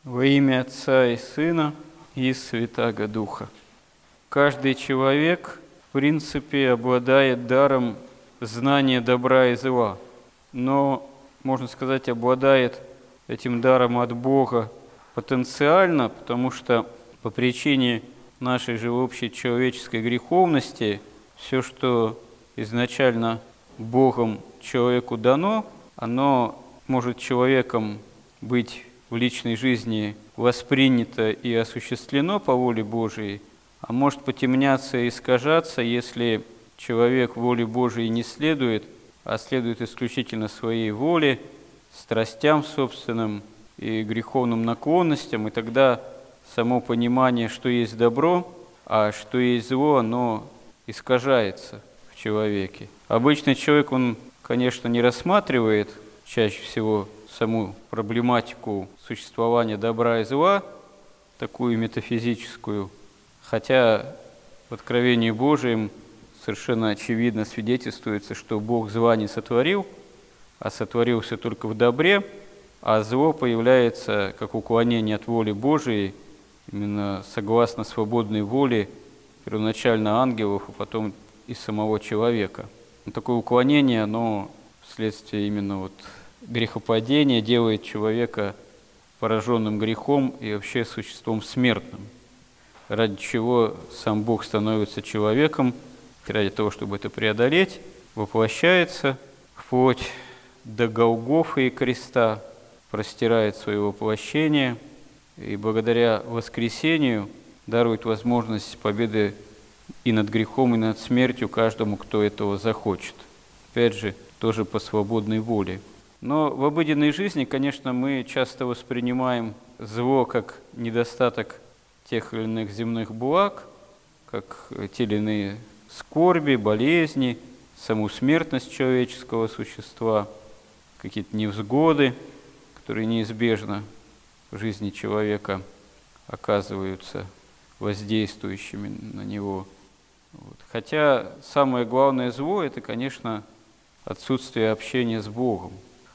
Во имя Отца и Сына и Святаго Духа. Каждый человек, в принципе, обладает даром знания добра и зла, но, можно сказать, обладает этим даром от Бога потенциально, потому что по причине нашей же общей человеческой греховности все, что изначально Богом человеку дано, оно может человеком быть в личной жизни воспринято и осуществлено по воле Божией, а может потемняться и искажаться, если человек воле Божией не следует, а следует исключительно своей воле, страстям собственным и греховным наклонностям, и тогда само понимание, что есть добро, а что есть зло, оно искажается в человеке. Обычный человек, он, конечно, не рассматривает чаще всего саму проблематику существования добра и зла, такую метафизическую, хотя в Откровении Божием совершенно очевидно свидетельствуется, что Бог зла не сотворил, а сотворил все только в добре, а зло появляется как уклонение от воли Божией, именно согласно свободной воле первоначально ангелов, а потом и самого человека. Такое уклонение, оно вследствие именно грехопадения делает человека пораженным грехом и вообще существом смертным, ради чего сам Бог становится человеком, ради того, чтобы это преодолеть, воплощается вплоть до Голгофы и креста, простирает свое воплощение и благодаря воскресению дарует возможность победы и над грехом, и над смертью каждому, кто этого захочет. Опять же, тоже по свободной воле. Но в обыденной жизни, конечно, мы часто воспринимаем зло как недостаток тех или иных земных благ, как те или иные скорби, болезни, саму смертность человеческого существа, какие-то невзгоды, которые неизбежно в жизни человека оказываются воздействующими на него. Хотя самое главное зло – это, конечно, отсутствие общения с Богом.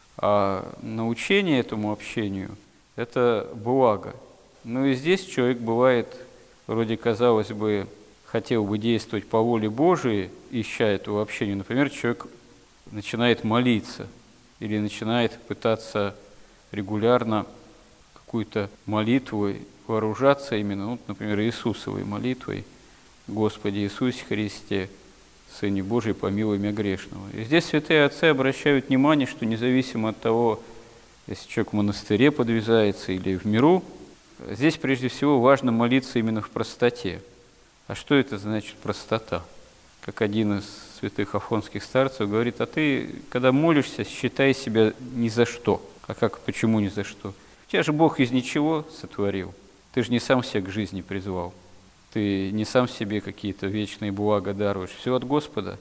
А научение этому общению – это благо. Ну и здесь человек бывает, вроде, казалось бы, хотел бы действовать по воле Божией, ища этого общения. Например, человек начинает молиться или начинает пытаться регулярно какую-то молитву вооружаться именно, например, Иисусовой молитвой: «Господи Иисусе Христе, Сыне Божий, помилуй меня грешного». И здесь святые отцы обращают внимание, что независимо от того, если человек в монастыре подвязается или в миру, здесь прежде всего важно молиться именно в простоте. А что это значит простота? Как один из святых афонских старцев говорит: а ты, когда молишься, считай себя ни за что. А как, почему ни за что? Тебя же Бог из ничего сотворил. Ты же не сам себя к жизни призвал. Ты не сам себе какие-то вечные блага даруешь. Все от Господа.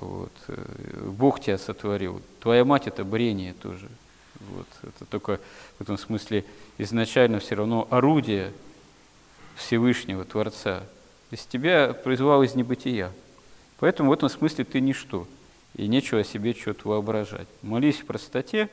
Бог тебя сотворил. Твоя мать – это брение тоже. Это только в этом смысле изначально все равно орудие Всевышнего Творца. Из тебя призвал из небытия. Поэтому в этом смысле ты ничто. И нечего о себе что-то воображать. Молись в простоте,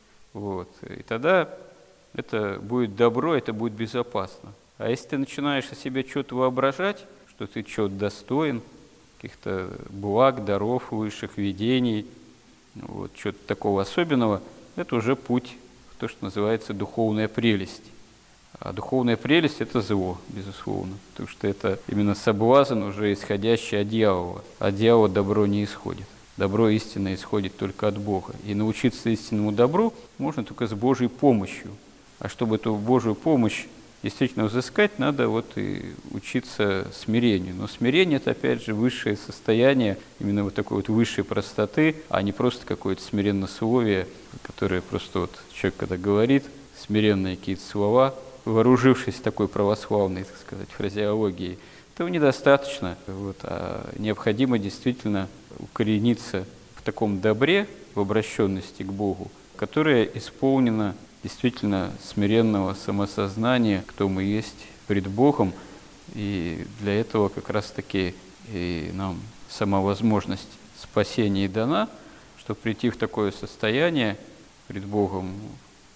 и тогда это будет добро, это будет безопасно. А если ты начинаешь о себе что-то воображать, что ты чего-то достоин, каких-то благ, даров высших, видений, чего-то такого особенного, это уже путь в то, что называется духовная прелесть. А духовная прелесть – это зло, безусловно, потому что это именно соблазн, уже исходящий от дьявола. От дьявола добро не исходит. Добро истинно исходит только от Бога. И научиться истинному добру можно только с Божьей помощью. А чтобы эту Божью помощь действительно взыскать, надо и учиться смирению. Но смирение – это, опять же, высшее состояние именно такой высшей простоты, а не просто какое-то смиреннословие, которое просто человек, когда говорит смиренные какие-то слова, вооружившись такой православной, так сказать, фразеологией, этого недостаточно. А необходимо действительно укорениться в таком добре, в обращенности к Богу, которое исполнено действительно смиренного самосознания, кто мы есть пред Богом. И для этого как раз-таки и нам сама возможность спасения и дана, чтобы прийти в такое состояние пред Богом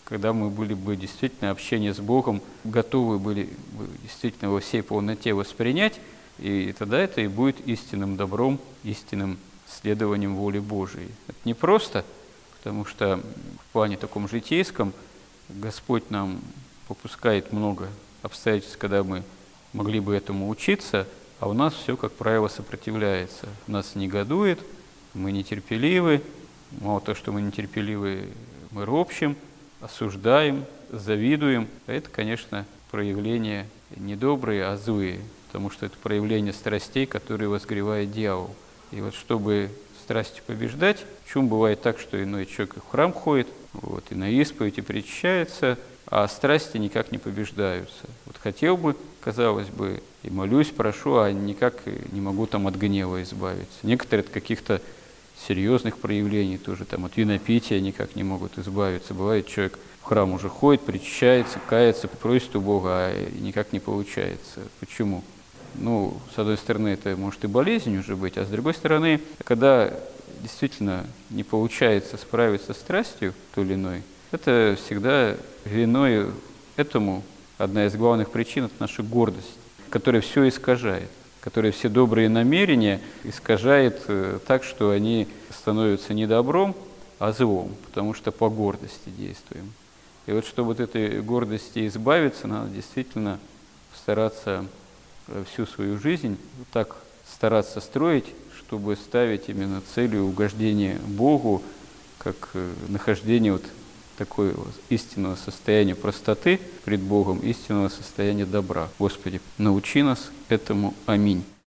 когда мы были бы действительно общение с Богом, готовы были бы действительно во всей полноте воспринять, и тогда это и будет истинным добром, истинным следованием воли Божией. Это не просто, потому что в плане таком житейском Господь нам попускает много обстоятельств, когда мы могли бы этому учиться, а у нас все, как правило, сопротивляется. У нас негодует, мы нетерпеливы, мало того, что мы нетерпеливы, мы ропщим, осуждаем, завидуем. Это, конечно, проявления не добрые, а злые, потому что это проявление страстей, которые возгревает дьявол. И вот чтобы страсти побеждать, почему бывает так, что иной человек в храм ходит, и на исповедь и причащается, а страсти никак не побеждаются. Вот хотел бы, казалось бы, и молюсь, прошу, а никак не могу там от гнева избавиться. Некоторые от каких-то серьезных проявлений тоже, там от винопития никак не могут избавиться. Бывает, человек в храм уже ходит, причащается, кается, просит у Бога, а никак не получается. Почему? Ну, с одной стороны, это может и болезнь уже быть, а с другой стороны, когда действительно не получается справиться с страстью той или иной, это всегда виной этому одна из главных причин – это наша гордость, которая все искажает, которая все добрые намерения искажает так, что они становятся не добром, а злом, потому что по гордости действуем. И вот чтобы от этой гордости избавиться, надо действительно стараться всю свою жизнь так стараться строить, чтобы ставить именно целью угождение Богу, как нахождение вот такое истинного состояния простоты пред Богом, истинного состояния добра. Господи, научи нас этому. Аминь.